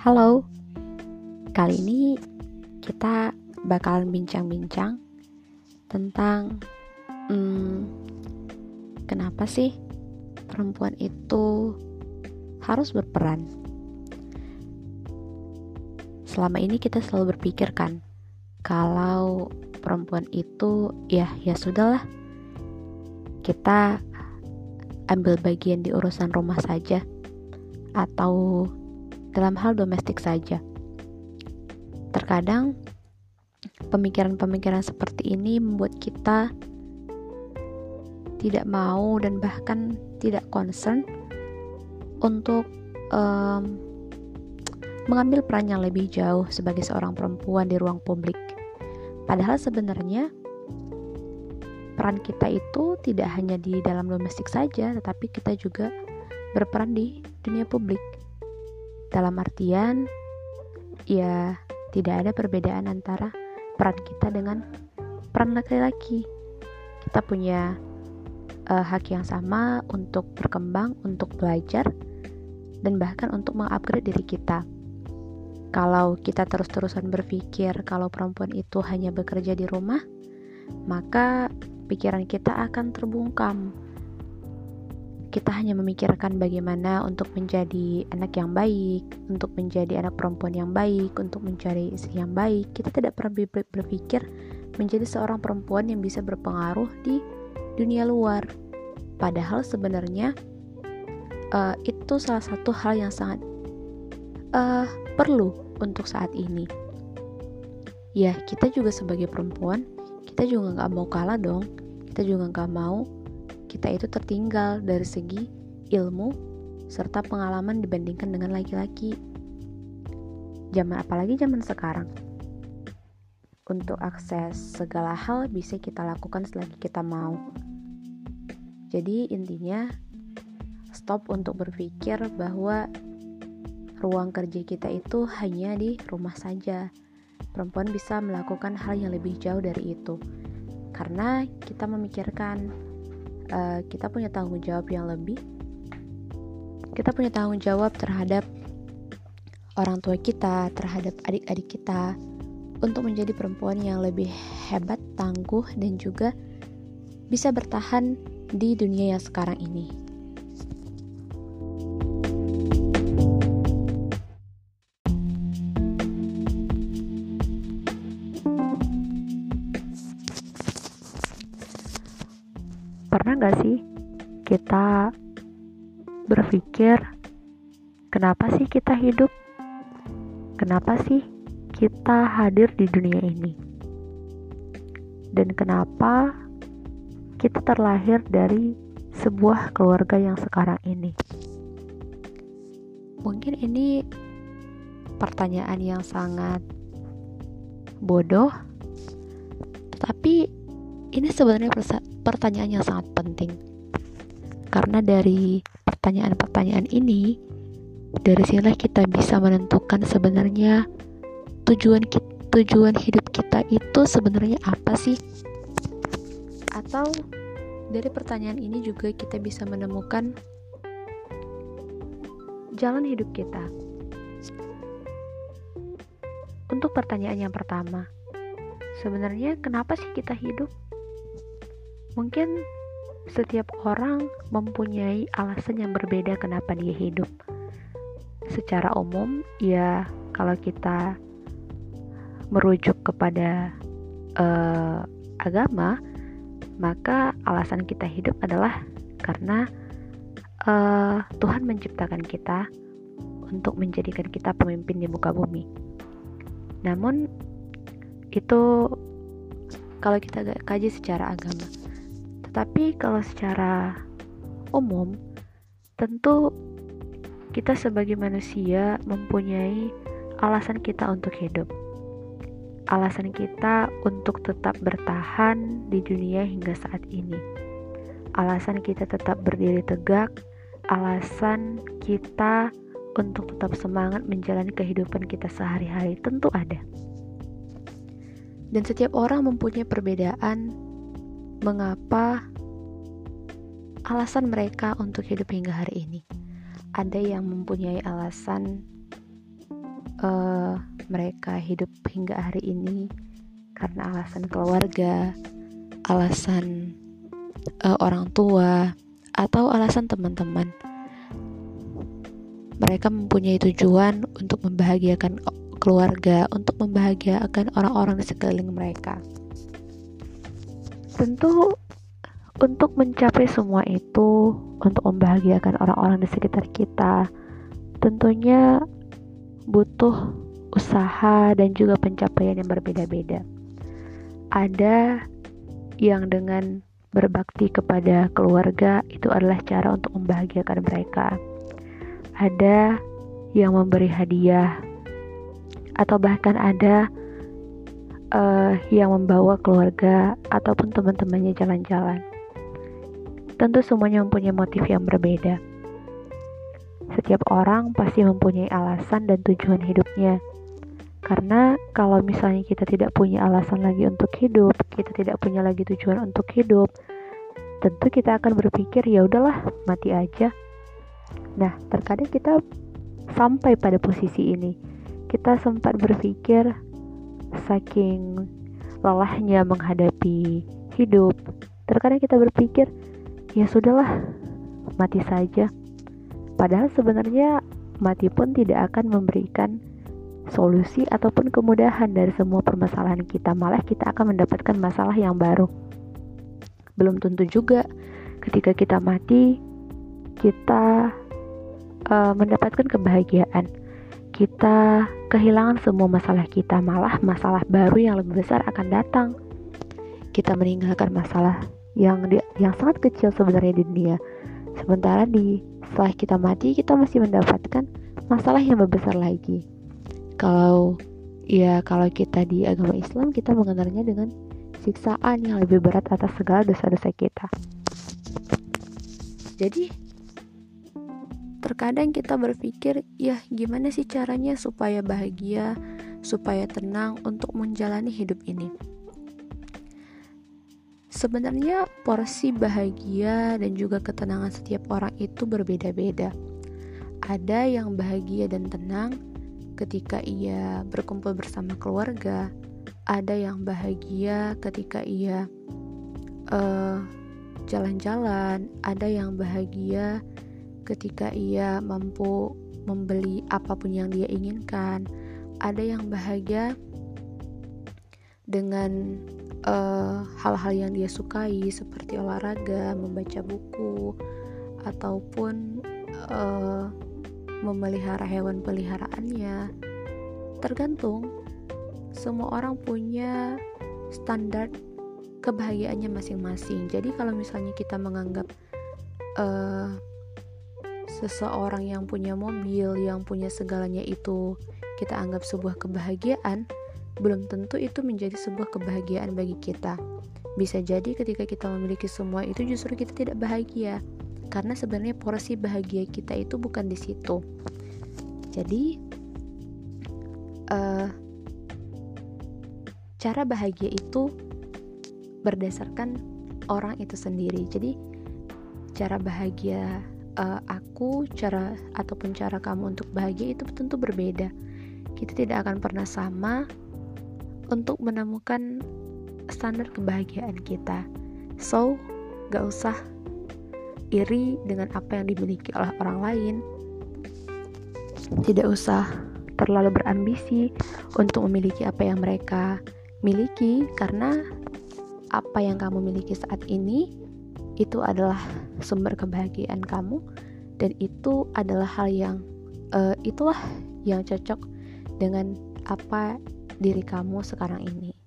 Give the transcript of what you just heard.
Halo, kali ini kita bakalan bincang-bincang tentang kenapa sih perempuan itu harus berperan. Selama ini kita selalu berpikir kan, kalau perempuan itu ya sudahlah, kita ambil bagian di urusan rumah saja atau dalam hal domestik saja. Terkadang pemikiran-pemikiran seperti ini membuat kita tidak mau dan bahkan tidak concern untuk mengambil peran yang lebih jauh sebagai seorang perempuan di ruang publik. Padahal sebenarnya peran kita itu tidak hanya di dalam domestik saja, tetapi kita juga berperan di dunia publik. Dalam artian, ya tidak ada perbedaan antara peran kita dengan peran laki-laki. Kita punya hak yang sama untuk berkembang, untuk belajar, dan bahkan untuk mengupgrade diri kita. Kalau kita terus-terusan berpikir kalau perempuan itu hanya bekerja di rumah, maka pikiran kita akan terbungkam. Kita hanya memikirkan bagaimana untuk menjadi anak yang baik, untuk menjadi anak perempuan yang baik, untuk mencari istri yang baik. Kita tidak pernah berpikir menjadi seorang perempuan yang bisa berpengaruh di dunia luar. Padahal sebenarnya itu salah satu hal yang sangat perlu untuk saat ini. Ya, kita juga sebagai perempuan, kita juga gak mau kalah dong. Kita juga gak mau kita itu tertinggal dari segi ilmu serta pengalaman dibandingkan dengan laki-laki. Apalagi zaman sekarang, untuk akses segala hal bisa kita lakukan selagi kita mau. Jadi intinya, stop untuk berpikir bahwa ruang kerja kita itu hanya di rumah saja. Perempuan bisa melakukan hal yang lebih jauh dari itu, karena kita memikirkan kita punya tanggung jawab yang lebih. Kita punya tanggung jawab terhadap orang tua kita, terhadap adik-adik kita, untuk menjadi perempuan yang lebih hebat, tangguh, dan juga bisa bertahan di dunia yang sekarang ini. Pernah gak sih kita berpikir, kenapa sih kita hidup? Kenapa sih kita hadir di dunia ini? Dan kenapa kita terlahir dari sebuah keluarga yang sekarang ini? Mungkin ini pertanyaan yang sangat bodoh, tetapi ini sebenarnya pertanyaan yang sangat penting. Karena dari pertanyaan-pertanyaan ini, dari sinilah kita bisa menentukan sebenarnya tujuan hidup kita itu sebenarnya apa sih? Atau dari pertanyaan ini juga kita bisa menemukan jalan hidup kita. Untuk pertanyaan yang pertama, sebenarnya kenapa sih kita hidup? Mungkin setiap orang mempunyai alasan yang berbeda kenapa dia hidup. Secara umum, ya kalau kita merujuk kepada agama, maka alasan kita hidup adalah karena Tuhan menciptakan kita untuk menjadikan kita pemimpin di muka bumi. Namun itu kalau kita kaji secara agama. Tetapi kalau secara umum, tentu kita sebagai manusia mempunyai alasan kita untuk hidup. Alasan kita untuk tetap bertahan di dunia hingga saat ini. Alasan kita tetap berdiri tegak. Alasan kita untuk tetap semangat menjalani kehidupan kita sehari-hari tentu ada. Dan setiap orang mempunyai perbedaan mengapa alasan mereka untuk hidup hingga hari ini. Ada yang mempunyai alasan mereka hidup hingga hari ini karena alasan keluarga, alasan orang tua, atau alasan teman-teman. Mereka mempunyai tujuan untuk membahagiakan keluarga, untuk membahagiakan orang-orang di sekeliling mereka. Tentu untuk mencapai semua itu, untuk membahagiakan orang-orang di sekitar kita, tentunya butuh usaha dan juga pencapaian yang berbeda-beda. Ada yang dengan berbakti kepada keluarga itu adalah cara untuk membahagiakan mereka. Ada yang memberi hadiah, atau bahkan ada yang membawa keluarga ataupun teman-temannya jalan-jalan. Tentu semuanya mempunyai motif yang berbeda. Setiap orang pasti mempunyai alasan dan tujuan hidupnya. Karena kalau misalnya kita tidak punya alasan lagi untuk hidup, kita tidak punya lagi tujuan untuk hidup, tentu kita akan berpikir ya udahlah, mati aja. Nah, terkadang kita sampai pada posisi ini. Kita sempat berpikir saking lelahnya menghadapi hidup, terkadang kita berpikir ya sudahlah, mati saja. Padahal sebenarnya mati pun tidak akan memberikan solusi ataupun kemudahan dari semua permasalahan kita. Malah kita akan mendapatkan masalah yang baru. Belum tentu juga ketika kita mati kita mendapatkan kebahagiaan. Kita kehilangan semua masalah kita, malah masalah baru yang lebih besar akan datang. Kita meninggalkan masalah yang sangat kecil sebenarnya di dunia. Sementara setelah kita mati, kita masih mendapatkan masalah yang lebih besar lagi. Kalau kita di agama Islam, kita mengenalnya dengan siksaan yang lebih berat atas segala dosa-dosa kita. Jadi terkadang kita berpikir, ya gimana sih caranya supaya bahagia, supaya tenang untuk menjalani hidup ini. Sebenarnya porsi bahagia dan juga ketenangan setiap orang itu berbeda-beda. Ada yang bahagia dan tenang ketika ia berkumpul bersama keluarga. Ada yang bahagia ketika ia jalan-jalan. Ada yang bahagia ketika ia mampu membeli apapun yang dia inginkan. Ada yang bahagia dengan hal-hal yang dia sukai seperti olahraga, membaca buku, ataupun memelihara hewan peliharaannya. Tergantung, semua orang punya standar kebahagiaannya masing-masing. Jadi kalau misalnya kita menganggap seseorang yang punya mobil, yang punya segalanya itu kita anggap sebuah kebahagiaan, belum tentu itu menjadi sebuah kebahagiaan bagi kita. Bisa jadi ketika kita memiliki semua itu justru kita tidak bahagia, karena sebenarnya porsi bahagia kita itu bukan di situ. Jadi cara bahagia itu berdasarkan orang itu sendiri. Jadi cara bahagia cara kamu untuk bahagia itu tentu berbeda. Kita tidak akan pernah sama untuk menemukan standar kebahagiaan kita. So, gak usah iri dengan apa yang dimiliki oleh orang lain. Tidak usah terlalu berambisi untuk memiliki apa yang mereka miliki, karena apa yang kamu miliki saat ini itu adalah sumber kebahagiaan kamu, dan itu adalah hal yang itulah yang cocok dengan apa diri kamu sekarang ini.